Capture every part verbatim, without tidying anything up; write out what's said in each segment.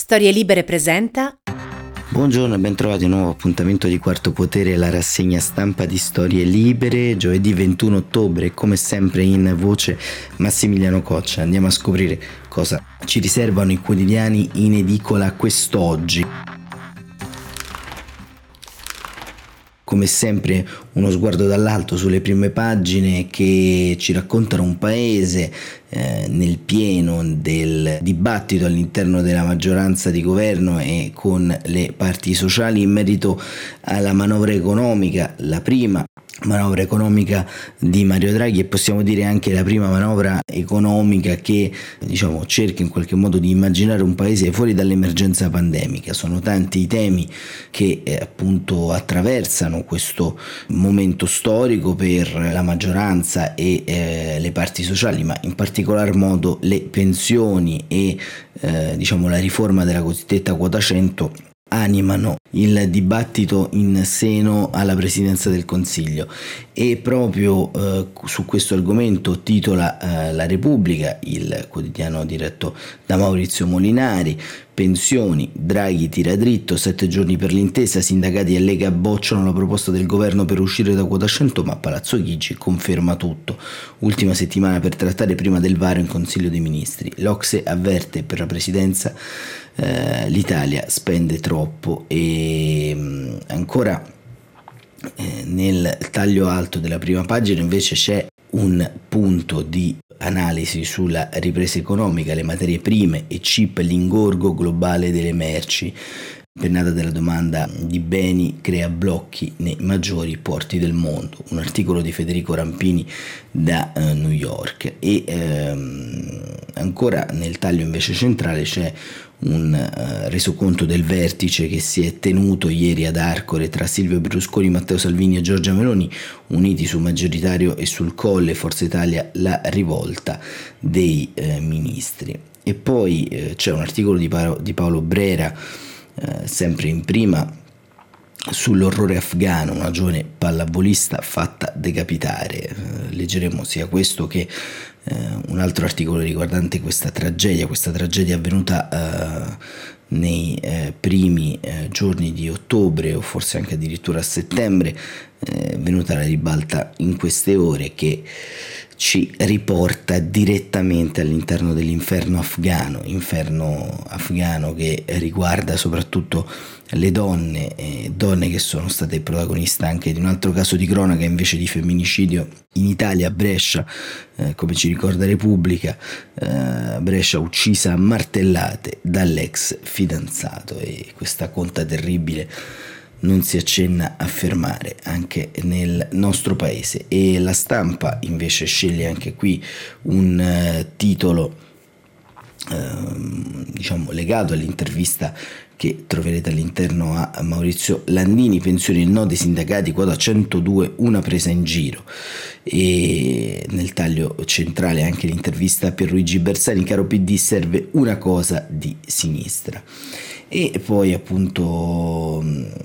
Storie Libere presenta. Buongiorno e ben trovati a un nuovo appuntamento di Quarto Potere, la rassegna stampa di Storie Libere, giovedì ventuno ottobre, come sempre in voce Massimiliano Coccia. Andiamo a scoprire cosa ci riservano i quotidiani in edicola quest'oggi. Come sempre uno sguardo dall'alto sulle prime pagine che ci raccontano un paese eh, nel pieno del dibattito all'interno della maggioranza di governo e con le parti sociali in merito alla manovra economica, la prima manovra economica di Mario Draghi e possiamo dire anche la prima manovra economica che diciamo cerca in qualche modo di immaginare un paese fuori dall'emergenza pandemica. Sono tanti i temi che eh, appunto attraversano questo momento storico per la maggioranza e eh, le parti sociali, ma in particolar modo le pensioni e eh, diciamo la riforma della cosiddetta quota cento animano il dibattito in seno alla Presidenza del Consiglio e proprio eh, su questo argomento titola eh, La Repubblica, il quotidiano diretto da Maurizio Molinari. Pensioni, Draghi tira dritto, sette giorni per l'intesa, sindacati e Lega bocciano la proposta del governo per uscire da quota cento, ma Palazzo Chigi conferma tutto. Ultima settimana per trattare prima del varo in Consiglio dei Ministri. L'Ocse avverte per la Presidenza eh, l'Italia spende troppo e mh, ancora eh, nel taglio alto della prima pagina invece c'è un punto di analisi sulla ripresa economica, le materie prime e chip, l'ingorgo globale delle merci. Pennata della domanda di beni crea blocchi nei maggiori porti del mondo. Un articolo di Federico Rampini da uh, New York. E ehm, ancora nel taglio invece centrale c'è un uh, resoconto del vertice che si è tenuto ieri ad Arcore tra Silvio Berlusconi, Matteo Salvini e Giorgia Meloni, uniti sul maggioritario e sul Colle, Forza Italia, la rivolta dei eh, ministri. E poi eh, c'è un articolo di, pa- di Paolo Brera, eh, sempre in prima, sull'orrore afghano, una giovane pallavolista fatta decapitare. Eh, leggeremo sia questo che eh, un altro articolo riguardante questa tragedia, questa tragedia avvenuta eh, nei eh, primi eh, giorni di ottobre o forse anche addirittura a settembre, eh, venuta alla ribalta in queste ore, che ci riporta direttamente all'interno dell'inferno afghano, inferno afghano che riguarda soprattutto le donne, eh, donne che sono state protagoniste anche di un altro caso di cronaca invece di femminicidio in Italia, a Brescia, eh, come ci ricorda Repubblica, eh, Brescia uccisa a martellate dall'ex fidanzato, e questa conta terribile non si accenna a fermare anche nel nostro paese. E La Stampa invece sceglie anche qui un uh, titolo uh, diciamo legato all'intervista che troverete all'interno a Maurizio Landini. Pensioni, il no dei sindacati, quota centodue, una presa in giro. E nel taglio centrale anche l'intervista a Pierluigi Bersani, caro P D, serve una cosa di sinistra. E poi appunto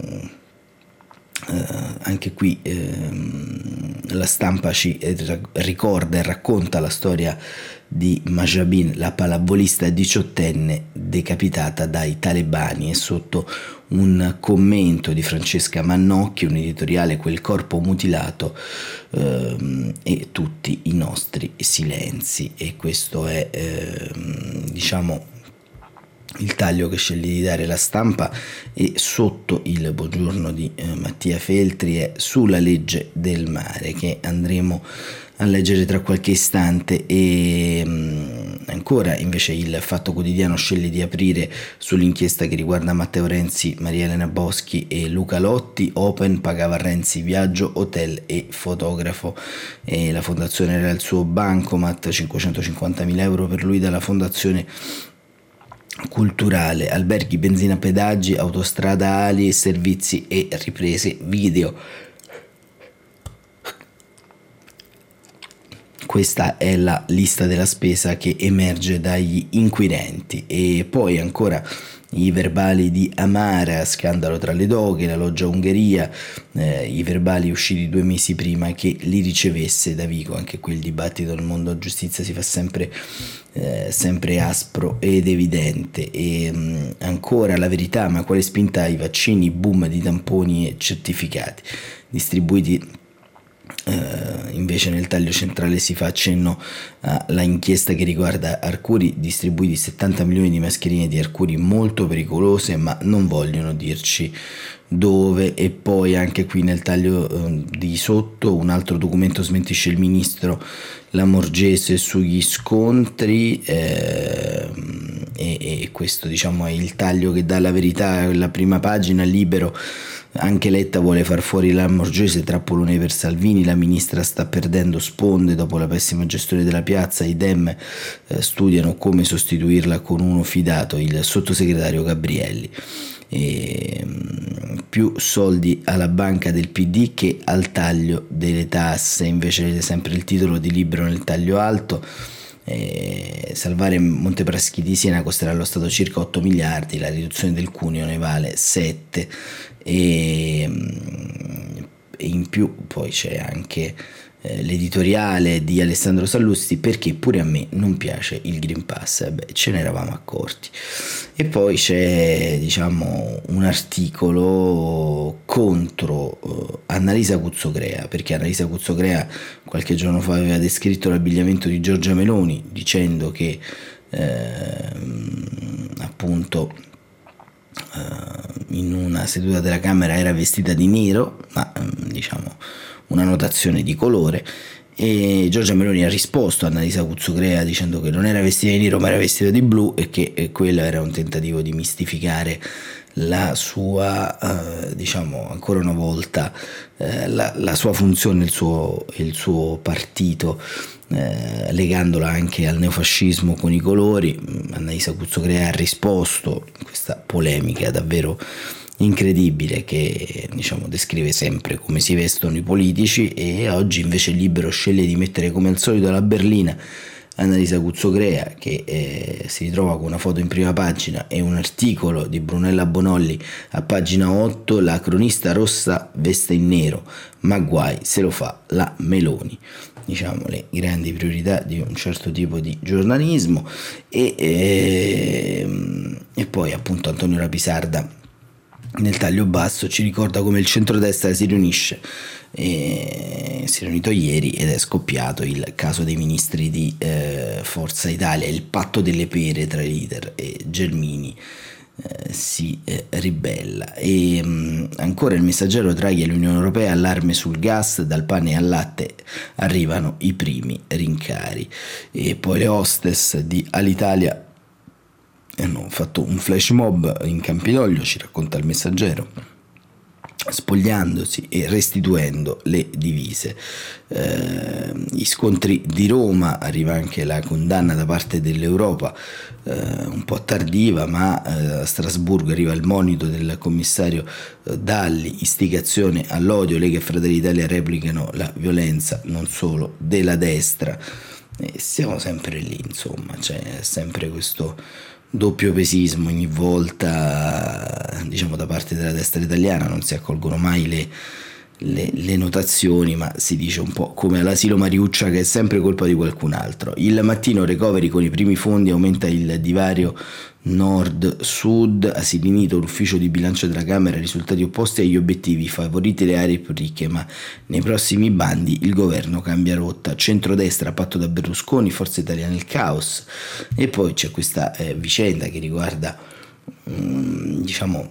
eh, anche qui eh, La Stampa ci ricorda e racconta la storia di Mahjabin, la pallavolista diciottenne decapitata dai talebani, e sotto un commento di Francesca Mannocchi, un editoriale, quel corpo mutilato ehm, e tutti i nostri silenzi. E questo è ehm, diciamo il taglio che sceglie di dare La Stampa. E sotto il buongiorno di eh, Mattia Feltri è sulla legge del mare, che andremo a leggere tra qualche istante. E mh, ancora invece il Fatto Quotidiano sceglie di aprire sull'inchiesta che riguarda Matteo Renzi, Maria Elena Boschi e Luca Lotti. Open pagava a Renzi viaggio, hotel e fotografo, e la fondazione era il suo bancomat, cinquecentocinquantamila euro per lui dalla fondazione culturale, alberghi, benzina, pedaggi, autostrada ali, servizi e riprese video. questa è la lista della spesa che emerge dagli inquirenti. E poi ancora i verbali di Amara, scandalo tra le doghe, la loggia Ungheria, eh, i verbali usciti due mesi prima che li ricevesse Davigo. Anche qui il dibattito nel mondo della giustizia si fa sempre, eh, sempre aspro ed evidente. E mh, ancora La Verità, ma quale spinta ai vaccini, boom di tamponi e certificati distribuiti. Uh, invece nel taglio centrale si fa accenno alla inchiesta che riguarda Arcuri, distribuiti settanta milioni di mascherine di Arcuri molto pericolose, ma non vogliono dirci dove. E poi anche qui nel taglio uh, di sotto un altro documento smentisce il ministro Lamorgese sugli scontri, eh, e, e questo diciamo è il taglio che dà La Verità. La prima pagina, Libero: anche Letta vuole far fuori Lamorgese, trappolone per Salvini, la ministra sta perdendo sponde dopo la pessima gestione della piazza, i Dem eh, studiano come sostituirla con uno fidato, il sottosegretario Gabrielli. E, mh, più soldi alla banca del P D che al taglio delle tasse, invece vedete sempre il titolo di Libero nel taglio alto. Eh, salvare Montepraschi di Siena costerà allo Stato circa otto miliardi, la riduzione del cuneo ne vale sette. E, e in più poi c'è anche eh, l'editoriale di Alessandro Sallusti: perché pure a me non piace il Green Pass. Eh beh, ce ne eravamo accorti. E poi c'è diciamo un articolo contro uh, Annalisa Cuzzocrea, perché Annalisa Cuzzocrea qualche giorno fa aveva descritto l'abbigliamento di Giorgia Meloni dicendo che eh, appunto in una seduta della Camera era vestita di nero, ma diciamo una notazione di colore. E Giorgia Meloni ha risposto a Annalisa Cuzzocrea dicendo che non era vestita di nero ma era vestita di blu, e che quello era un tentativo di mistificare la sua eh, diciamo ancora una volta eh, la, la sua funzione, il suo, il suo partito, eh, legandola anche al neofascismo con i colori. Annalisa Cuzzocrea ha risposto in questa polemica davvero incredibile che diciamo descrive sempre come si vestono i politici, e oggi invece Libero sceglie di mettere come al solito la berlina Annalisa Cuzzocrea, che eh, si ritrova con una foto in prima pagina e un articolo di Brunella Bonolli a pagina otto: la cronista rossa veste in nero, ma guai se lo fa la Meloni. Diciamo le grandi priorità di un certo tipo di giornalismo. E, e, e poi appunto Antonio Rapisarda nel taglio basso ci ricorda come il centrodestra si riunisce, e si è riunito ieri ed è scoppiato il caso dei ministri di eh, Forza Italia, il patto delle pere tra i leader, e Gelmini eh, si eh, ribella. E mh, ancora il Messaggero: Draghi e l'Unione Europea, allarme sul gas, dal pane al latte arrivano i primi rincari. E poi le hostess di Alitalia hanno fatto un flash mob in Campidoglio, ci racconta il Messaggero, spogliandosi e restituendo le divise. Eh, gli scontri di Roma, arriva anche la condanna da parte dell'Europa, eh, un po' tardiva, ma eh, a Strasburgo arriva il monito del commissario eh, Dalli: istigazione all'odio, Lega e Fratelli d'Italia replicano la violenza non solo della destra. E siamo sempre lì, insomma, c'è sempre questo doppio pesismo ogni volta, diciamo, da parte della destra italiana. Non si accolgono mai le, le, le notazioni, ma si dice un po' come all'asilo Mariuccia che è sempre colpa di qualcun altro. Il Mattino: recovery con i primi fondi, aumenta il divario nord-sud, asili nido, l'ufficio di bilancio della Camera, risultati opposti agli obiettivi, favorite le aree più ricche, ma nei prossimi bandi il governo cambia rotta. Centrodestra, patto da Berlusconi, Forza Italia nel caos. E poi c'è questa eh, vicenda che riguarda um, diciamo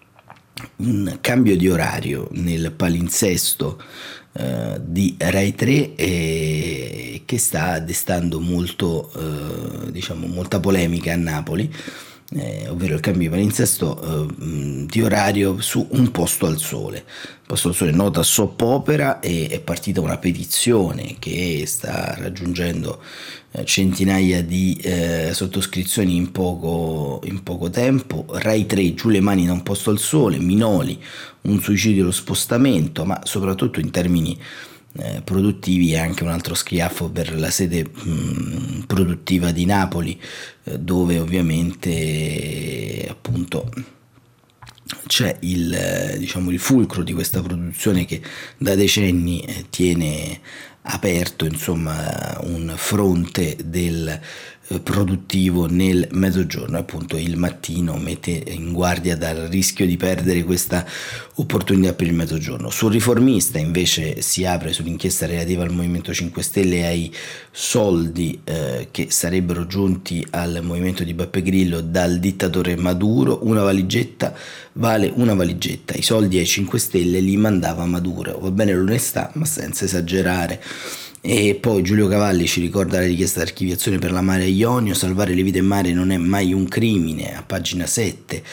un cambio di orario nel palinsesto Uh, di Rai tre, eh, che sta destando molto, uh, diciamo, molta polemica a Napoli, eh, ovvero il cambio di palinsesto uh, di orario su Un posto al sole. Posto al Sole, nota soap opera, e è partita una petizione che sta raggiungendo eh, centinaia di eh, sottoscrizioni in poco, in poco tempo. Rai tre: giù le mani da Un posto al sole. Minoli: un suicidio, lo spostamento, ma soprattutto in termini eh, produttivi, e anche un altro schiaffo per la sede mh, produttiva di Napoli, eh, dove ovviamente eh, appunto c'è il, eh, diciamo, il fulcro di questa produzione che da decenni eh, tiene aperto, insomma, un fronte del eh, produttivo nel mezzogiorno. Appunto il Mattino mette in guardia dal rischio di perdere questa opportunità per il mezzogiorno. Sul Riformista invece si apre sull'inchiesta relativa al Movimento cinque Stelle e ai soldi eh, che sarebbero giunti al movimento di Beppe Grillo dal dittatore Maduro. Una valigetta vale una valigetta, i soldi ai cinque Stelle li mandava Maduro, va bene l'onestà ma senza esagerare. E poi Giulio Cavalli ci ricorda la richiesta di archiviazione per la Mare Ionio, salvare le vite in mare non è mai un crimine, a pagina sette.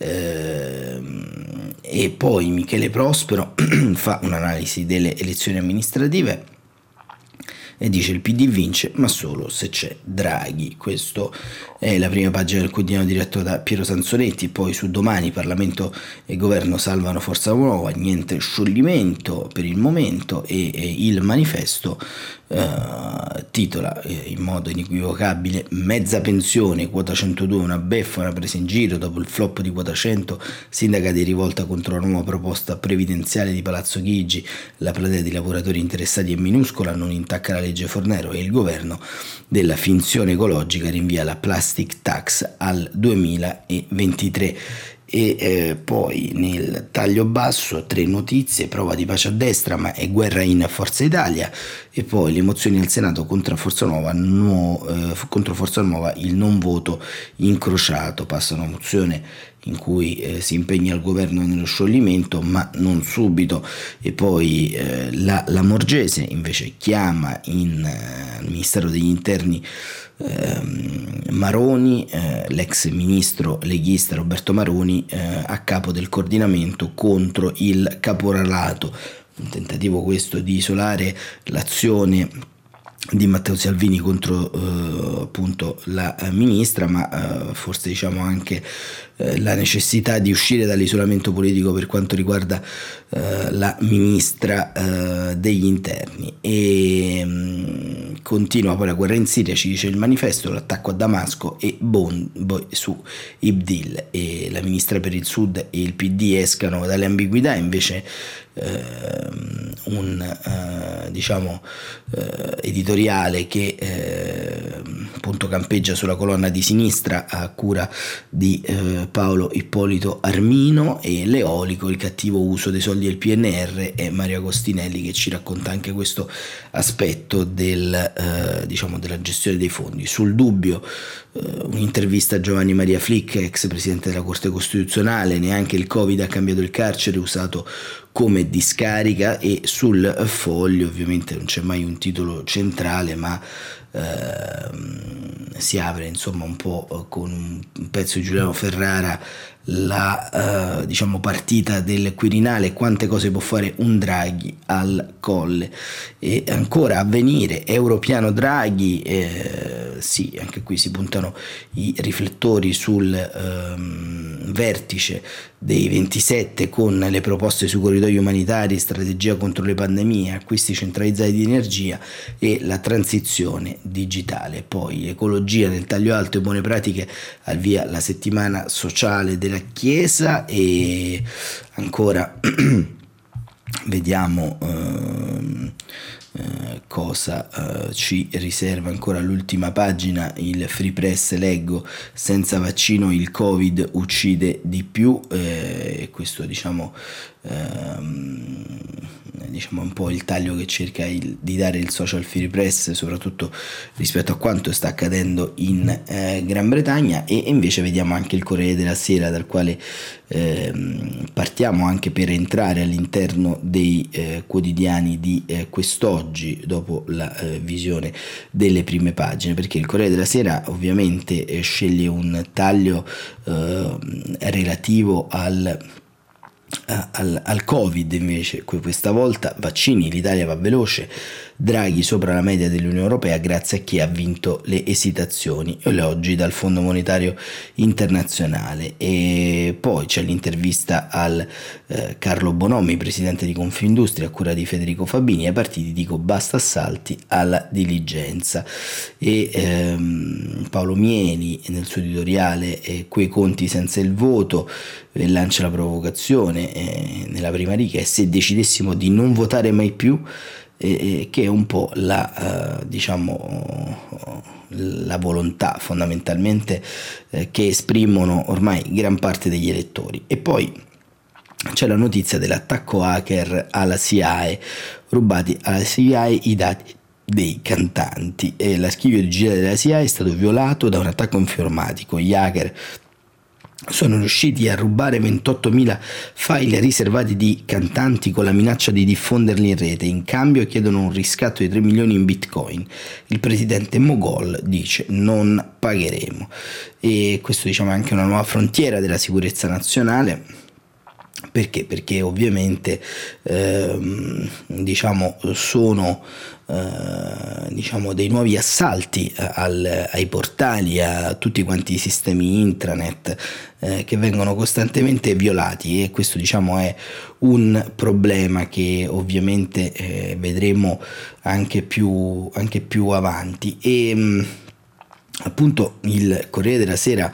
Ehm, e poi Michele Prospero fa un'analisi delle elezioni amministrative e dice: il P D vince ma solo se c'è Draghi. Questo è la prima pagina del quotidiano diretto da Piero Sansonetti. Poi su Domani, Parlamento e Governo salvano Forza Nuova, niente scioglimento per il momento. E, e il Manifesto eh, titola eh, in modo inequivocabile: mezza pensione, quota centodue, una beffa, una presa in giro dopo il flop di quota cento, sindacati rivolta contro la nuova proposta previdenziale di Palazzo Chigi, la platea di lavoratori interessati è minuscola, non intacca la legge Fornero e il governo della finzione ecologica rinvia la plastic tax al duemilaventitré. E eh, poi nel taglio basso tre notizie: prova di pace a destra ma è guerra in Forza Italia, e poi le mozioni al Senato contro Forza Nuova, no, eh, contro Forza Nuova il non voto incrociato. Passa una mozione in cui eh, si impegna il governo nello scioglimento ma non subito. E poi eh, la, la Morgese invece chiama in eh, il Ministero degli Interni Maroni, eh, l'ex ministro leghista Roberto Maroni, eh, a capo del coordinamento contro il caporalato. Un tentativo questo di isolare l'azione di Matteo Salvini contro eh, appunto la eh, ministra, ma eh, forse diciamo anche eh, la necessità di uscire dall'isolamento politico per quanto riguarda eh, la ministra eh, degli interni. E mh, continua poi la guerra in Siria, ci dice il Manifesto, l'attacco a Damasco e bombe su Ibdil, e la ministra per il Sud e il P D escano dalle ambiguità. Invece eh, un eh, diciamo eh, editoriale che eh, appunto campeggia sulla colonna di sinistra a cura di eh, Paolo Ippolito Armino, e l'eolico, il cattivo uso dei soldi del P N R, e Mario Agostinelli che ci racconta anche questo aspetto del, eh, diciamo della gestione dei fondi. Sul Dubbio eh, un'intervista a Giovanni Maria Flick, ex presidente della Corte Costituzionale: neanche il Covid ha cambiato il carcere usato come discarica. E sul Foglio ovviamente non c'è mai un titolo centrale, ma ehm, si apre insomma un po' con un pezzo di Giuliano Ferrara la eh, diciamo partita del Quirinale, quante cose può fare un Draghi al Colle. E ancora Avvenire, Europiano Draghi, eh, sì, anche qui si puntano i riflettori sul ehm, vertice dei ventisette con le proposte sui corridoi umanitari, strategia contro le pandemie, acquisti centralizzati di energia e la transizione digitale. Poi ecologia nel taglio alto e buone pratiche, al via la settimana sociale della Chiesa. E ancora vediamo ehm, eh, cosa eh, ci riserva ancora l'ultima pagina. Il Free Press, leggo: senza vaccino il Covid uccide di più, eh, e questo diciamo ehm, diciamo un po' il taglio che cerca il, di dare il Social Free Press, soprattutto rispetto a quanto sta accadendo in eh, Gran Bretagna. E invece vediamo anche il Corriere della Sera, dal quale ehm, partiamo anche per entrare all'interno dei eh, quotidiani di eh, quest'oggi, dopo la eh, visione delle prime pagine, perché il Corriere della Sera ovviamente eh, sceglie un taglio eh, relativo al Al, al Covid. Invece questa volta vaccini, l'Italia va veloce, Draghi sopra la media dell'Unione Europea grazie a chi ha vinto le esitazioni, elogi dal Fondo Monetario Internazionale. E poi c'è l'intervista al eh, Carlo Bonomi, presidente di Confindustria, a cura di Federico Fabini. Ai partiti dico basta assalti alla diligenza. E ehm, Paolo Mieli nel suo editoriale eh, quei conti senza il voto eh, lancia la provocazione eh, nella prima riga: e se decidessimo di non votare mai più, eh, che è un po' la eh, diciamo la volontà fondamentalmente eh, che esprimono ormai gran parte degli elettori. E poi c'è la notizia dell'attacco hacker alla C I A, rubati alla C I A i dati dei cantanti, e l'archivio digitale della C I A è stato violato da un attacco informatico. Gli hacker sono riusciti a rubare ventottomila file riservati di cantanti con la minaccia di diffonderli in rete. In cambio chiedono un riscatto di tre milioni in bitcoin. Il presidente Mogol dice non pagheremo. E questo, diciamo, è anche una nuova frontiera della sicurezza nazionale. Perché? Perché ovviamente ehm, diciamo sono eh, diciamo dei nuovi assalti al, ai portali, a tutti quanti i sistemi intranet eh, che vengono costantemente violati, e questo, diciamo, è un problema che ovviamente eh, vedremo anche più, anche più avanti. E mh, appunto il Corriere della Sera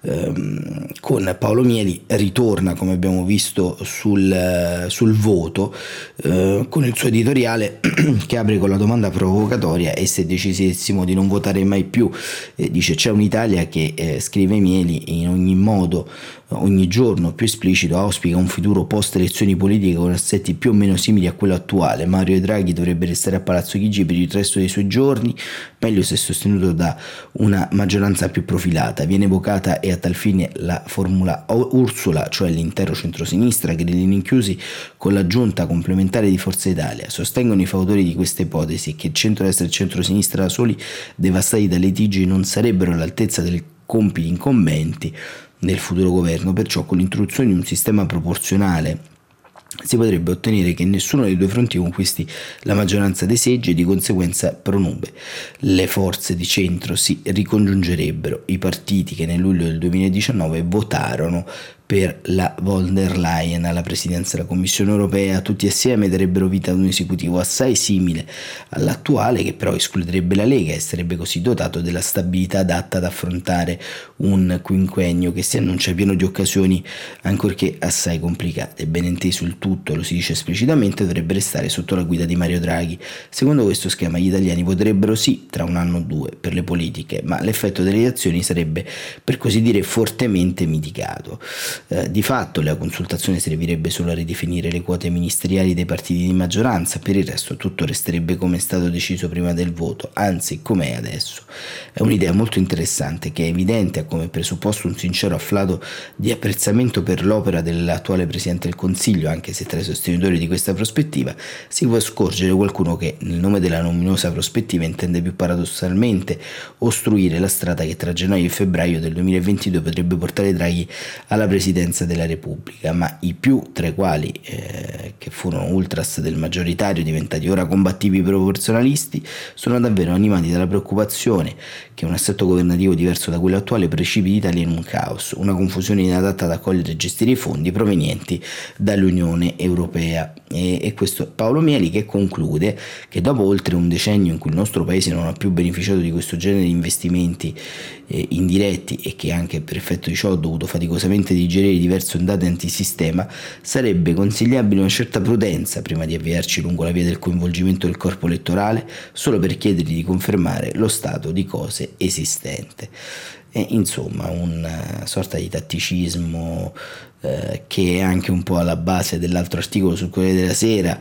ehm, con Paolo Mieli ritorna, come abbiamo visto, sul, sul voto eh, con il suo editoriale che apre con la domanda provocatoria: e se decidessimo di non votare mai più? Eh, dice: c'è un'Italia che, eh, scrive Mieli, in ogni modo, ogni giorno più esplicito auspica un futuro post elezioni politiche con assetti più o meno simili a quello attuale. Mario Draghi dovrebbe restare a Palazzo Chigi per il resto dei suoi giorni, meglio se sostenuto da una maggioranza più profilata. Viene evocata, e a tal fine, la formula Ursula, cioè l'intero centrosinistra, grillini chiusi con la giunta complementare di Forza Italia. Sostengono i fautori di questa ipotesi che centrodestra e centrosinistra da soli, devastati dai litigi, non sarebbero all'altezza dei compiti incombenti nel futuro governo. Perciò, con l'introduzione di un sistema proporzionale, si potrebbe ottenere che nessuno dei due fronti conquisti la maggioranza dei seggi, e di conseguenza pronube. Le forze di centro si ricongiungerebbero. I partiti che nel luglio del duemiladiciannove votarono per la von der Leyen alla presidenza della Commissione Europea, tutti assieme darebbero vita ad un esecutivo assai simile all'attuale, che però escluderebbe la Lega e sarebbe così dotato della stabilità adatta ad affrontare un quinquennio che si annuncia pieno di occasioni ancorché assai complicate. Ben inteso il tutto, lo si dice esplicitamente, dovrebbe restare sotto la guida di Mario Draghi. Secondo questo schema gli italiani voterebbero sì tra un anno o due per le politiche, ma l'effetto delle elezioni sarebbe, per così dire, fortemente mitigato. Eh, di fatto la consultazione servirebbe solo a ridefinire le quote ministeriali dei partiti di maggioranza. Per il resto tutto resterebbe come è stato deciso prima del voto, anzi com'è adesso. È un'idea molto interessante, che è evidente ha come presupposto un sincero afflato di apprezzamento per l'opera dell'attuale Presidente del Consiglio, anche se tra i sostenitori di questa prospettiva si può scorgere qualcuno che, nel nome della luminosa prospettiva, intende più paradossalmente ostruire la strada che tra gennaio e febbraio del duemilaventidue potrebbe portare Draghi alla presidenza della Repubblica. Ma i più, tra i quali eh, che furono ultras del maggioritario diventati ora combattivi proporzionalisti, sono davvero animati dalla preoccupazione che un assetto governativo diverso da quello attuale precipiti l'Italia in un caos, una confusione inadatta ad accogliere e gestire i fondi provenienti dall'Unione Europea. E, e questo è Paolo Mieli, che conclude che dopo oltre un decennio in cui il nostro paese non ha più beneficiato di questo genere di investimenti eh, indiretti, e che anche per effetto di ciò ha dovuto faticosamente digerire diverse ondate antisistema, sarebbe consigliabile una certa prudenza prima di avviarci lungo la via del coinvolgimento del corpo elettorale solo per chiedergli di confermare lo stato di cose esistente. E, insomma, una sorta di tatticismo eh, che è anche un po' alla base dell'altro articolo sul Corriere della Sera,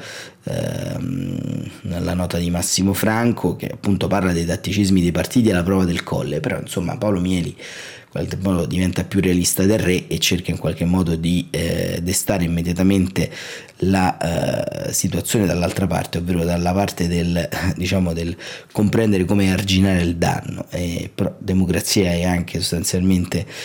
ehm, nella nota di Massimo Franco, che appunto parla dei tatticismi dei partiti alla prova del colle. Però insomma Paolo Mieli in qualche modo diventa più realista del re e cerca in qualche modo di eh, destare immediatamente la eh, situazione dall'altra parte, ovvero dalla parte del, diciamo, del comprendere come arginare il danno. E, però democrazia è anche sostanzialmente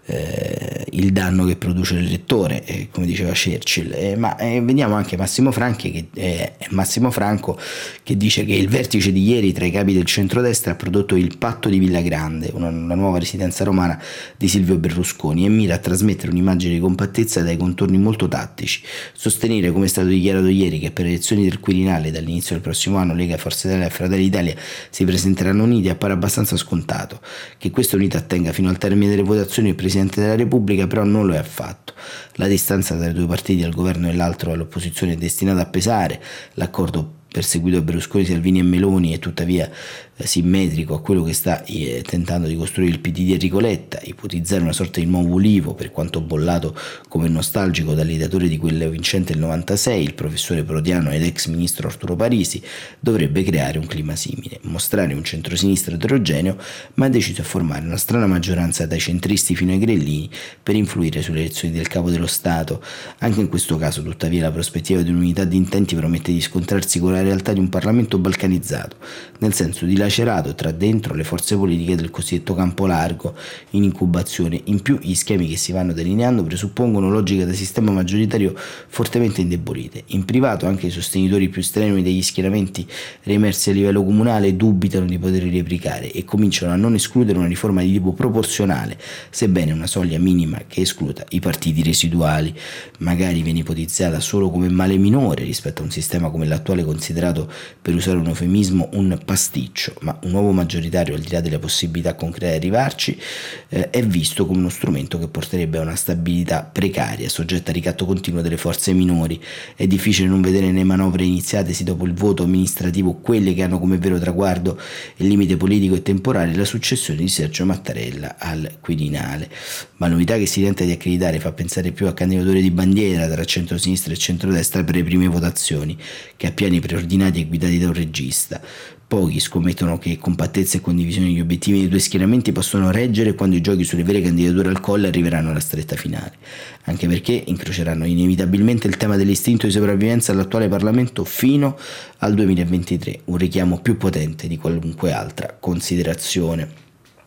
eh, il danno che produce l'elettore, eh, come diceva Churchill. Eh, ma eh, vediamo anche Massimo Franchi che, eh, Massimo Franco che dice che il vertice di ieri tra i capi del centrodestra ha prodotto il patto di Villa Grande, una, una nuova residenza romana di Silvio Berlusconi, e mira a trasmettere un'immagine di compattezza dai contorni molto tattici. Sostenere, come è stato dichiarato ieri, che per le elezioni del Quirinale dall'inizio del prossimo anno Lega, Forza Italia e Fratelli d'Italia si presenteranno uniti appare abbastanza scontato. Che questa unità tenga fino al termine delle votazioni del Presidente della Repubblica però non lo è affatto. La distanza tra i due partiti al governo e l'altro all'opposizione è destinata a pesare. L'accordo perseguito da Berlusconi, Salvini e Meloni è tuttavia eh, simmetrico a quello che sta eh, tentando di costruire il P D di Enrico Letta, ipotizzare una sorta di nuovo Ulivo, per quanto bollato come nostalgico dall'ideatore di quello vincente del novantasei, il professore Prodiano ed ex ministro Arturo Parisi, dovrebbe creare un clima simile, mostrare un centrosinistra eterogeneo, ma ha deciso di formare una strana maggioranza dai centristi fino ai grellini per influire sulle elezioni del capo dello Stato. Anche in questo caso, tuttavia, la prospettiva di un'unità di intenti promette di scontrarsi con la realtà di un Parlamento balcanizzato, nel senso dilacerato tra dentro le forze politiche del cosiddetto campo largo in incubazione. In più, gli schemi che si vanno delineando presuppongono logiche da sistema maggioritario fortemente indebolite. In privato anche i sostenitori più strenui degli schieramenti riemersi a livello comunale dubitano di poter replicare e cominciano a non escludere una riforma di tipo proporzionale, sebbene una soglia minima che escluda i partiti residuali. Magari viene ipotizzata solo come male minore rispetto a un sistema come l'attuale considerato, per usare un eufemismo, un pasticcio, ma un nuovo maggioritario, al di là della possibilità concreta di arrivarci, eh, è visto come uno strumento che porterebbe a una stabilità precaria, soggetta a ricatto continuo delle forze minori. È difficile non vedere nelle manovre iniziatesi dopo il voto amministrativo quelle che hanno come vero traguardo il limite politico e temporale la successione di Sergio Mattarella al Quirinale. Ma la novità che si tenta di accreditare fa pensare più a candidature di bandiera tra centrosinistra e centrodestra per le prime votazioni, che a piani preordinati e guidati da un regista. Pochi scommettono che compattezza e condivisione degli obiettivi dei due schieramenti possono reggere quando i giochi sulle vere candidature al colle arriveranno alla stretta finale, anche perché incroceranno inevitabilmente il tema dell'istinto di sopravvivenza all'attuale Parlamento fino al duemilaventitré, un richiamo più potente di qualunque altra considerazione.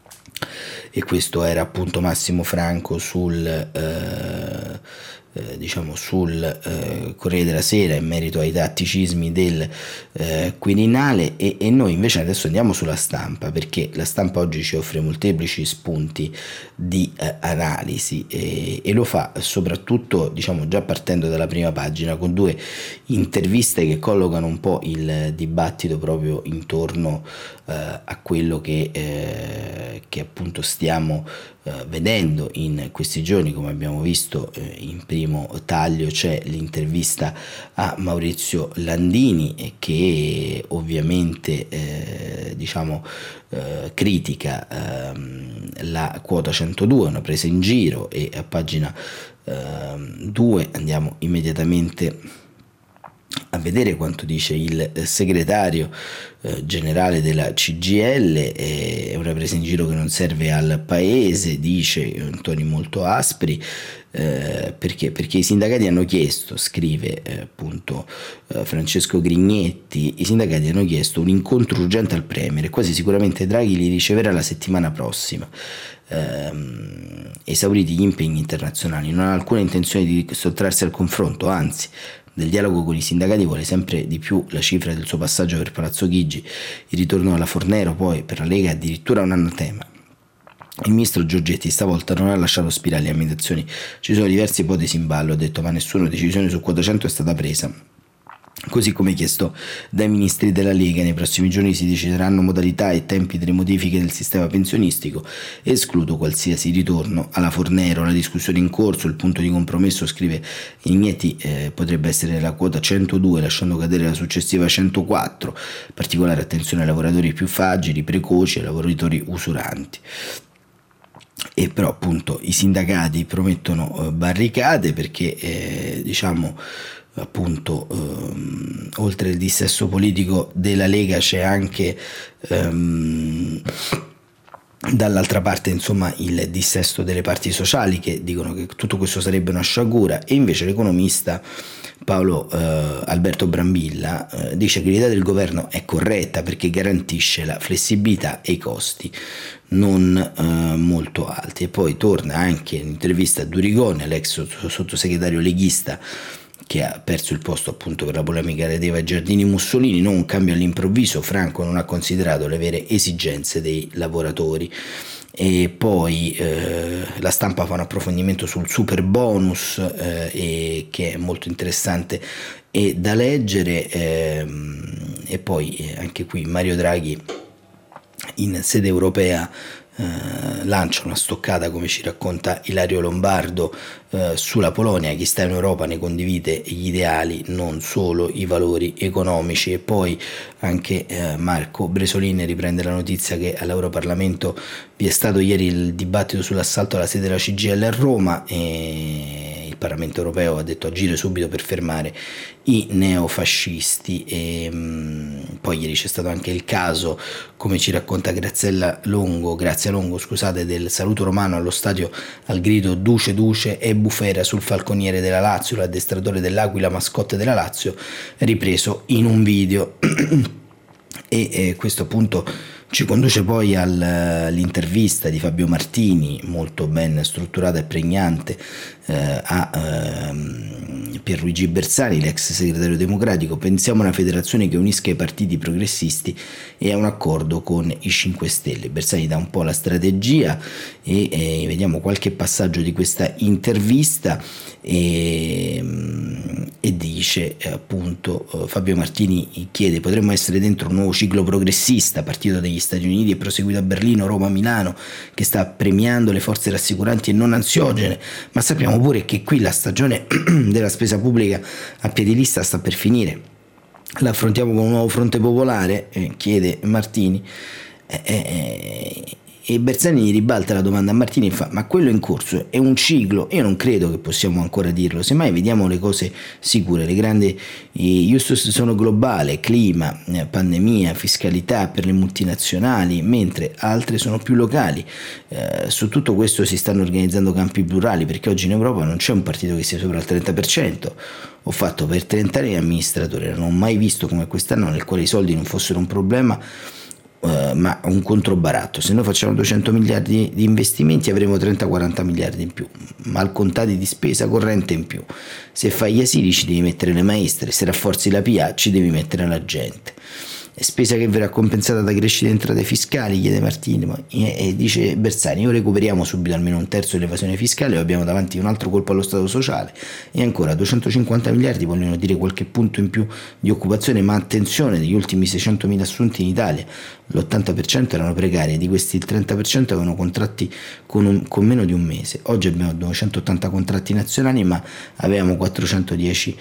E questo era appunto Massimo Franco sul eh, eh, diciamo sul eh, Corriere della Sera in merito ai tatticismi del eh, Quirinale, e, e noi invece adesso andiamo sulla Stampa, perché la Stampa oggi ci offre molteplici spunti di eh, analisi e, e lo fa soprattutto, diciamo, già partendo dalla prima pagina con due interviste che collocano un po' il dibattito proprio intorno eh, a quello che, eh, che appunto stiamo eh, vedendo in questi giorni. Come abbiamo visto, eh, in primo taglio c'è l'intervista a Maurizio Landini, eh, che ovviamente eh, diciamo eh, critica ehm, la quota centodue, una presa in giro, e a pagina due andiamo immediatamente a vedere quanto dice il segretario eh, generale della C G I L. È una presa in giro che non serve al paese, dice in toni molto aspri, eh, perché, perché i sindacati hanno chiesto, scrive eh, appunto eh, Francesco Grignetti, i sindacati hanno chiesto un incontro urgente al Premier e quasi sicuramente Draghi li riceverà la settimana prossima. Ehm, esauriti gli impegni internazionali, non ha alcuna intenzione di sottrarsi al confronto, anzi del dialogo con i sindacati vuole sempre di più la cifra del suo passaggio per Palazzo Chigi, il ritorno alla Fornero poi per la Lega è addirittura un anatema. Il ministro Giorgetti stavolta non ha lasciato spirare le ambientazioni, ci sono diverse ipotesi in ballo, ha detto, ma nessuna decisione su quota cento è stata presa. Così come chiesto dai ministri della Lega, nei prossimi giorni si decideranno modalità e tempi delle modifiche del sistema pensionistico. Escludo qualsiasi ritorno alla Fornero. La discussione in corso, il punto di compromesso, scrive Ignetti, eh, potrebbe essere la quota centodue, lasciando cadere la successiva centoquattro. Particolare attenzione ai lavoratori più fragili, precoci e ai lavoratori usuranti. E però appunto i sindacati promettono eh, barricate perché eh, diciamo appunto ehm, oltre il dissesto politico della Lega c'è anche ehm, Dall'altra parte, insomma, il dissesto delle parti sociali, che dicono che tutto questo sarebbe una sciagura, e invece l'economista Paolo eh, Alberto Brambilla eh, dice che l'idea del governo è corretta perché garantisce la flessibilità e i costi non eh, molto alti. E poi torna anche in intervista a Durigone, l'ex sottosegretario leghista, che ha perso il posto appunto per la polemica relativa ai giardini Mussolini. Non un cambio all'improvviso, Franco non ha considerato le vere esigenze dei lavoratori. E poi eh, la Stampa fa un approfondimento sul super bonus eh, e che è molto interessante e da leggere, ehm, e poi anche qui Mario Draghi in sede europea eh, lancia una stoccata, come ci racconta Ilario Lombardo, eh, sulla Polonia. Chi sta in Europa ne condivide gli ideali, non solo i valori economici. E poi anche eh, Marco Bresolin riprende la notizia che all'Europarlamento vi è stato ieri il dibattito sull'assalto alla sede della C G I L a Roma e il Parlamento europeo ha detto agire subito per fermare i neofascisti. E mh, poi ieri c'è stato anche il caso, come ci racconta Graziella Longo, Grazia Longo, scusate, del saluto romano allo stadio al grido Duce Duce e bufera sul falconiere della Lazio, l'addestratore dell'Aquila, mascotte della Lazio, ripreso in un video. E eh, questo appunto ci conduce poi al, all'intervista di Fabio Martini, molto ben strutturata e pregnante, eh, a eh, Pierluigi Bersani, l'ex segretario democratico. Pensiamo a una federazione che unisca i partiti progressisti e a un accordo con i cinque Stelle. Bersani dà un po' la strategia e eh, vediamo qualche passaggio di questa intervista. E, e dice eh, appunto eh, Fabio Martini chiede: potremmo essere dentro un nuovo ciclo progressista partito dagli Stati Uniti e proseguito a Berlino, Roma, Milano, che sta premiando le forze rassicuranti e non ansiogene, ma sappiamo pure che qui la stagione della spesa pubblica a piedi lista sta per finire. L'affrontiamo con un nuovo fronte popolare? Eh, chiede Martini. eh, eh, E Bersani gli ribalta la domanda a Martini e fa: ma quello in corso è un ciclo? Io non credo che possiamo ancora dirlo, semmai vediamo le cose sicure. Le grandi iustus sono globale, clima, pandemia, fiscalità per le multinazionali, mentre altre sono più locali. Eh, su tutto questo si stanno organizzando campi plurali, perché oggi in Europa non c'è un partito che sia sopra il trenta per cento. Ho fatto per trenta anni amministratore, non ho mai visto come quest'anno, nel quale i soldi non fossero un problema, Uh, ma un controbaratto. Se noi facciamo duecento miliardi di investimenti avremo trenta quaranta miliardi in più, mal contati di spesa corrente in più. Se fai gli asili ci devi mettere le maestre, se rafforzi la P A ci devi mettere la gente. È spesa che verrà compensata da crescita di entrate fiscali, chiede Martini, e, e dice Bersani: o recuperiamo subito almeno un terzo dell'evasione fiscale o abbiamo davanti un altro colpo allo Stato sociale. E ancora duecentocinquanta miliardi vogliono dire qualche punto in più di occupazione, ma attenzione, degli ultimi seicentomila assunti in Italia l'ottanta per cento erano precari, e di questi il trenta per cento avevano contratti con, un, con meno di un mese. Oggi abbiamo duecentottanta contratti nazionali, ma avevamo quattrocentodieci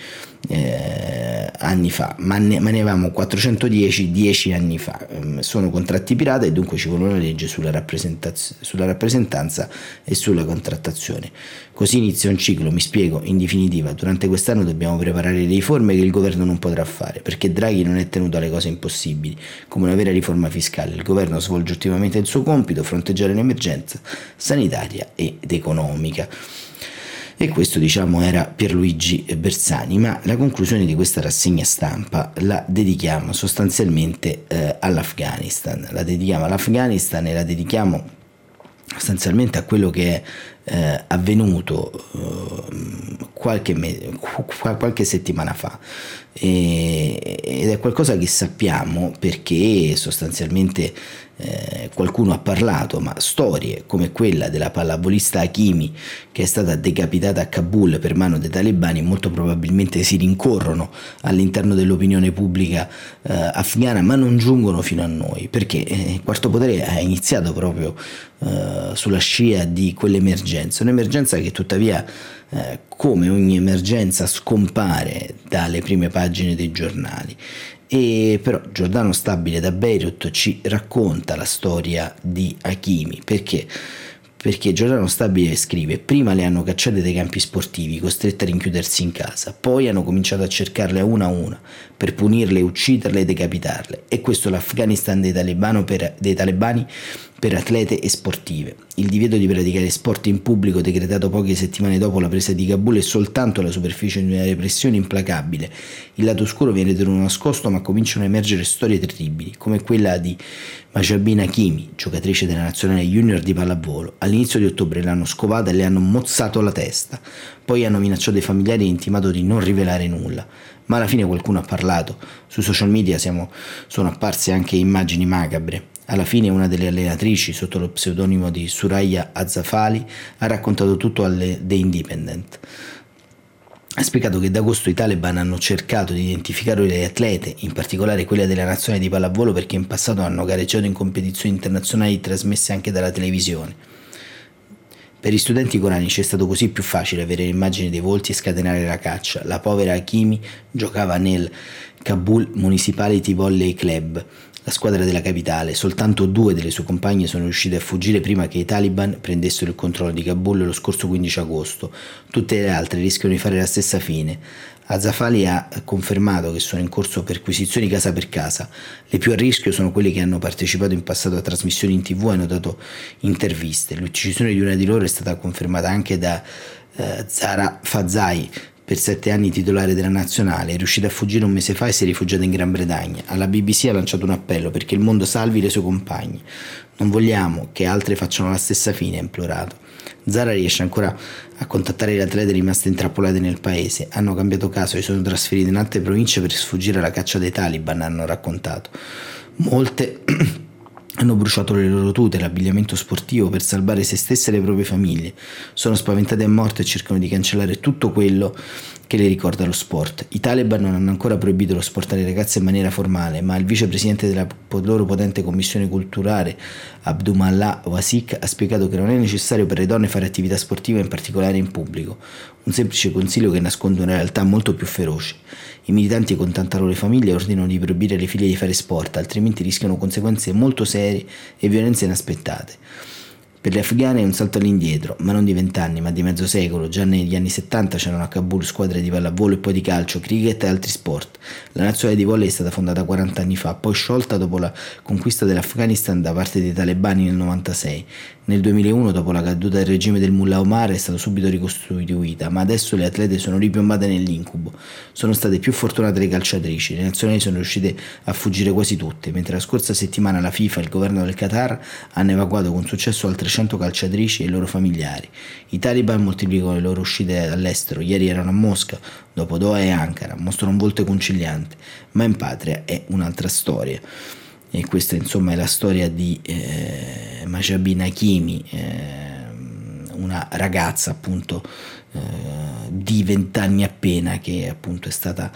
eh, anni fa, ma ne, ma ne avevamo quattrocentodieci dieci anni fa. Sono contratti pirata e dunque ci vuole una legge sulla, rappresentaz- sulla rappresentanza e sulla contrattazione. Così inizia un ciclo, mi spiego. In definitiva, durante quest'anno dobbiamo preparare le riforme che il governo non potrà fare, perché Draghi non è tenuto alle cose impossibili, come una vera riforma fiscale. Il governo svolge ottimamente il suo compito: fronteggiare l'emergenza sanitaria ed economica. E questo, diciamo, era Pierluigi Bersani. Ma la conclusione di questa rassegna stampa la dedichiamo sostanzialmente eh, all'Afghanistan. La dedichiamo all'Afghanistan e la dedichiamo sostanzialmente a quello che è eh, avvenuto eh, qualche, me- qualche settimana fa, e- ed è qualcosa che sappiamo perché sostanzialmente eh, qualcuno ha parlato, ma storie come quella della pallavolista Hakimi, che è stata decapitata a Kabul per mano dei talebani, molto probabilmente si rincorrono all'interno dell'opinione pubblica eh, afghana, ma non giungono fino a noi, perché eh, il Quarto Potere ha iniziato proprio eh, sulla scia di quell'emergenza, un'emergenza che tuttavia eh, come ogni emergenza scompare dalle prime pagine dei giornali. E però Giordano Stabile da Beirut ci racconta la storia di Hakimi. Perché? Perché Giordano Stabile scrive: prima le hanno cacciate dai campi sportivi, costrette a rinchiudersi in casa, poi hanno cominciato a cercarle a una a una per punirle, ucciderle e decapitarle. E questo l'Afghanistan dei, talebano per, dei talebani per atlete e sportive. Il divieto di praticare sport in pubblico, decretato poche settimane dopo la presa di Kabul, è soltanto la superficie di una repressione implacabile. Il lato oscuro viene tenuto nascosto, ma cominciano a emergere storie terribili, come quella di Mahjabeen Hakimi, giocatrice della nazionale junior di pallavolo. All'inizio di ottobre l'hanno scovata e le hanno mozzato la testa. Poi hanno minacciato i familiari e intimato di non rivelare nulla. Ma alla fine qualcuno ha parlato. Sui social media siamo, sono apparse anche immagini macabre. Alla fine una delle allenatrici, sotto lo pseudonimo di Suraya Azafali, ha raccontato tutto alle The Independent. Ha spiegato che d'agosto i Taliban hanno cercato di identificare le atlete, in particolare quelle della nazionale di pallavolo, perché in passato hanno gareggiato in competizioni internazionali trasmesse anche dalla televisione. Per gli studenti coranici è stato così più facile avere immagini dei volti e scatenare la caccia. La povera Hakimi giocava nel Kabul Municipality Volley Club, la squadra della capitale. Soltanto due delle sue compagne sono riuscite a fuggire prima che i Taliban prendessero il controllo di Kabul lo scorso quindici agosto. Tutte le altre rischiano di fare la stessa fine. Azafali ha confermato che sono in corso perquisizioni casa per casa. Le più a rischio sono quelle che hanno partecipato in passato a trasmissioni in tv e hanno dato interviste. L'uccisione di una di loro è stata confermata anche da eh, Zara Fazai, per sette anni titolare della nazionale. È riuscita a fuggire un mese fa e si è rifugiata in Gran Bretagna. Alla B B C ha lanciato un appello perché il mondo salvi le sue compagne. Non vogliamo che altre facciano la stessa fine, ha implorato. Zara riesce ancora a contattare le atlete rimaste intrappolate nel paese. Hanno cambiato casa e sono trasferite in altre province per sfuggire alla caccia dei Taliban, hanno raccontato. Molte hanno bruciato le loro tute e l'abbigliamento sportivo per salvare se stesse e le proprie famiglie. Sono spaventate a morte e cercano di cancellare tutto quello che le ricorda lo sport. I Taliban non hanno ancora proibito lo sport alle ragazze in maniera formale, ma il vicepresidente della loro potente commissione culturale, Abdullah Wasik, ha spiegato che non è necessario per le donne fare attività sportiva, in particolare in pubblico. Un semplice consiglio che nasconde una realtà molto più feroce. I militanti contattano le famiglie e ordinano di proibire alle figlie di fare sport, altrimenti rischiano conseguenze molto serie e violenze inaspettate. Per le afghane è un salto all'indietro, ma non di vent'anni, ma di mezzo secolo. Già negli anni settanta c'erano a Kabul squadre di pallavolo e poi di calcio, cricket e altri sport. La nazionale di volley è stata fondata quaranta anni fa, poi sciolta dopo la conquista dell'Afghanistan da parte dei talebani nel novantasei. Nel duemilauno, dopo la caduta del regime del Mullah Omar, è stata subito ricostituita, ma adesso le atlete sono ripiombate nell'incubo. Sono state più fortunate le calciatrici, le nazionali sono riuscite a fuggire quasi tutte, mentre la scorsa settimana la FIFA e il governo del Qatar hanno evacuato con successo altre cento calciatrici e i loro familiari. I Taliban moltiplicano le loro uscite all'estero. Ieri erano a Mosca, dopo Doha e Ankara. Mostrano un volto conciliante, ma in patria è un'altra storia. E questa insomma è la storia di eh, Mahjabeen Hakimi, eh, una ragazza appunto eh, di vent'anni appena, che appunto è stata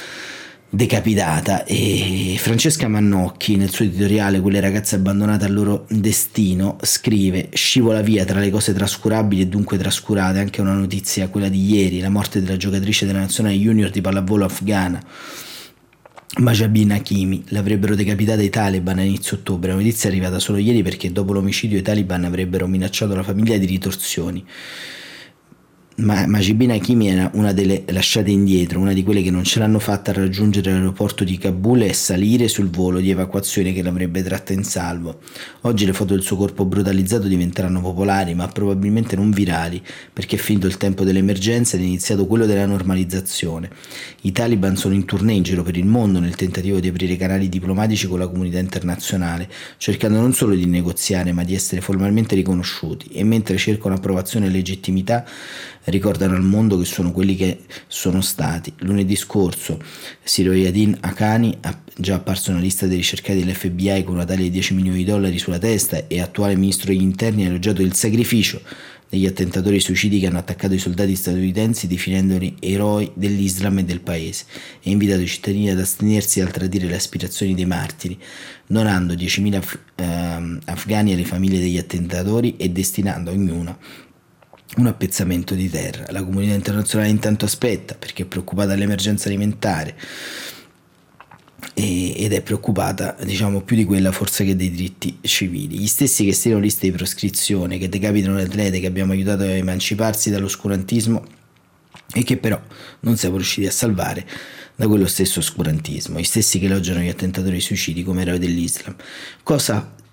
decapitata. E Francesca Mannocchi, nel suo editoriale Quelle ragazze abbandonate al loro destino, scrive: scivola via tra le cose trascurabili e dunque trascurate anche una notizia, quella di ieri, la morte della giocatrice della nazionale junior di pallavolo afghana Mahjabeen Hakimi. L'avrebbero decapitata i Taliban a inizio ottobre. La notizia è arrivata solo ieri perché dopo l'omicidio i Taliban avrebbero minacciato la famiglia di ritorsioni. Ma Mahjabeen Hakimi era una delle lasciate indietro, una di quelle che non ce l'hanno fatta a raggiungere l'aeroporto di Kabul e salire sul volo di evacuazione che l'avrebbe tratta in salvo. Oggi le foto del suo corpo brutalizzato diventeranno popolari, ma probabilmente non virali, perché è finito il tempo dell'emergenza ed è iniziato quello della normalizzazione. I Taliban sono in tournée in giro per il mondo nel tentativo di aprire canali diplomatici con la comunità internazionale, cercando non solo di negoziare ma di essere formalmente riconosciuti, e mentre cercano approvazione e legittimità ricordano al mondo che sono quelli che sono stati. Lunedì scorso Siroyadin Haqqani, già apparso nella lista dei ricercati dell'F B I con una taglia di dieci milioni di dollari sulla testa e attuale ministro degli interni, ha elogiato il sacrificio degli attentatori suicidi che hanno attaccato i soldati statunitensi, definendoli eroi dell'Islam e del paese, e invitato i cittadini ad astenersi dal tradire le aspirazioni dei martiri, donando diecimila af- eh, afghani alle famiglie degli attentatori e destinando a ognuna un appezzamento di terra. La comunità internazionale intanto aspetta, perché è preoccupata dell'emergenza alimentare e, ed è preoccupata, diciamo, più di quella forse che dei diritti civili. Gli stessi che stilano liste di proscrizione, che decapitano le atlete che abbiamo aiutato a emanciparsi dall'oscurantismo e che però non siamo riusciti a salvare da quello stesso oscurantismo, gli stessi che elogiano gli attentatori suicidi come eroi dell'Islam. Cosa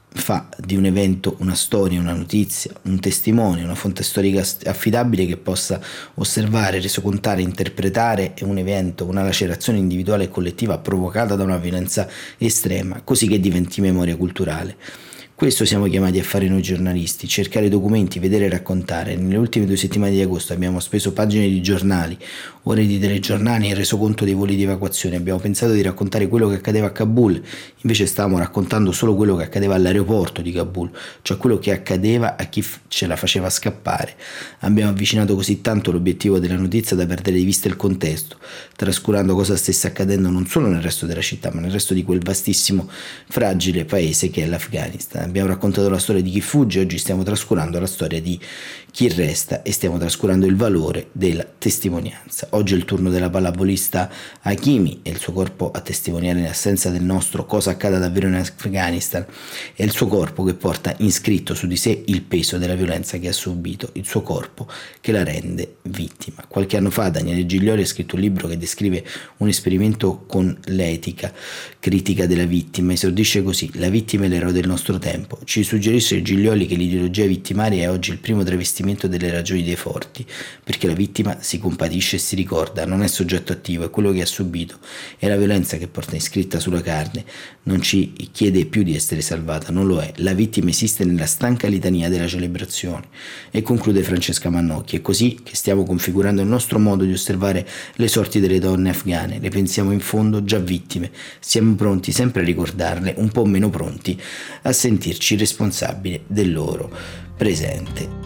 fa di un evento una storia, una notizia, un testimone, una fonte storica affidabile che possa osservare, resocontare, interpretare un evento, una lacerazione individuale e collettiva provocata da una violenza estrema, così che diventi memoria culturale. Questo siamo chiamati a fare noi giornalisti, cercare documenti, vedere e raccontare. Nelle ultime due settimane di agosto abbiamo speso pagine di giornali, ore di telegiornali e reso conto dei voli di evacuazione. Abbiamo pensato di raccontare quello che accadeva a Kabul, invece stavamo raccontando solo quello che accadeva all'aeroporto di Kabul, cioè quello che accadeva a chi f- ce la faceva scappare. Abbiamo avvicinato così tanto l'obiettivo della notizia da perdere di vista il contesto, trascurando cosa stesse accadendo non solo nel resto della città, ma nel resto di quel vastissimo, fragile paese che è l'Afghanistan. Abbiamo raccontato la storia di chi fugge, oggi stiamo trascurando la storia di chi resta e stiamo trascurando il valore della testimonianza. Oggi è il turno della pallavolista Hakimi e il suo corpo a testimoniare in assenza del nostro cosa accada davvero in Afghanistan. È il suo corpo che porta inscritto su di sé il peso della violenza che ha subito, il suo corpo che la rende vittima. Qualche anno fa Daniele Giglioli ha scritto un libro che descrive un esperimento con l'etica critica della vittima. Esordisce così: la vittima è l'eroe del nostro tempo. Ci suggerisce Giglioli che l'ideologia vittimaria è oggi il primo travestimento delle ragioni dei forti, perché la vittima si compatisce e si ricorda, non è soggetto attivo, è quello che ha subito, è la violenza che porta iscritta sulla carne, non ci chiede più di essere salvata, non lo è, la vittima esiste nella stanca litania della celebrazione. E conclude Francesca Mannocchi: è così che stiamo configurando il nostro modo di osservare le sorti delle donne afghane, le pensiamo in fondo già vittime, siamo pronti sempre a ricordarle, un po' meno pronti a sentirci responsabili del loro presente.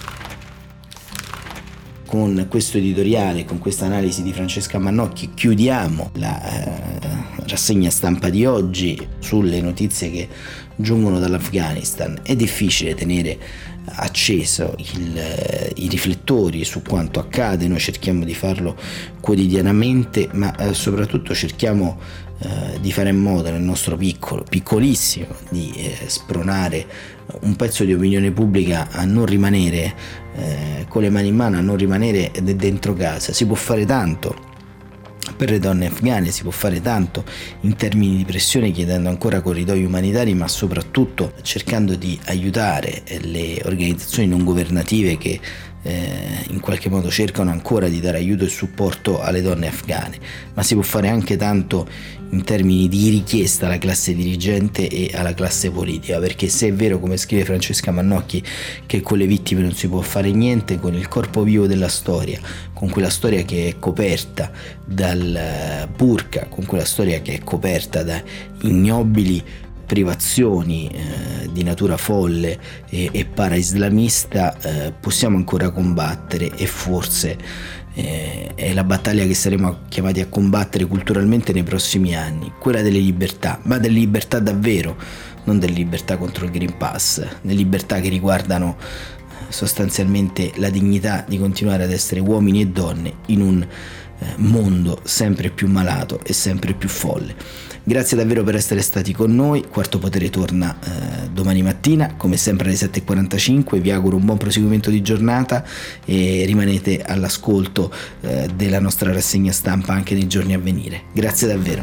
Con questo editoriale, con questa analisi di Francesca Mannocchi, chiudiamo la eh, rassegna stampa di oggi sulle notizie che giungono dall'Afghanistan. È difficile tenere acceso il, eh, i riflettori su quanto accade, noi cerchiamo di farlo quotidianamente, ma eh, soprattutto cerchiamo eh, di fare in modo nel nostro piccolo, piccolissimo, di eh, spronare un pezzo di opinione pubblica a non rimanere eh, con le mani in mano, a non rimanere dentro casa. Si può fare tanto per le donne afghane, si può fare tanto in termini di pressione, chiedendo ancora corridoi umanitari, ma soprattutto cercando di aiutare le organizzazioni non governative che eh, in qualche modo cercano ancora di dare aiuto e supporto alle donne afghane. Ma si può fare anche tanto in termini di richiesta alla classe dirigente e alla classe politica, perché se è vero, come scrive Francesca Mannocchi, che con le vittime non si può fare niente, con il corpo vivo della storia, con quella storia che è coperta dal burqa, con quella storia che è coperta da ignobili privazioni eh, di natura folle e, e para-islamista, eh, possiamo ancora combattere, e forse eh, è la battaglia che saremo chiamati a combattere culturalmente nei prossimi anni, quella delle libertà, ma delle libertà davvero, non delle libertà contro il Green Pass, delle libertà che riguardano sostanzialmente la dignità di continuare ad essere uomini e donne in un eh, mondo sempre più malato e sempre più folle. Grazie davvero per essere stati con noi. Quarto Potere torna eh, domani mattina, come sempre alle sette e quarantacinque. Vi auguro un buon proseguimento di giornata e rimanete all'ascolto eh, della nostra rassegna stampa anche nei giorni a venire. Grazie davvero.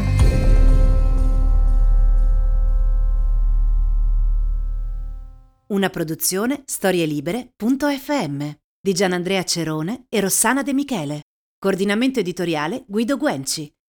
Una produzione storielibere punto effe emme di Gianandrea Cerone e Rossana De Michele. Coordinamento editoriale Guido Guenci.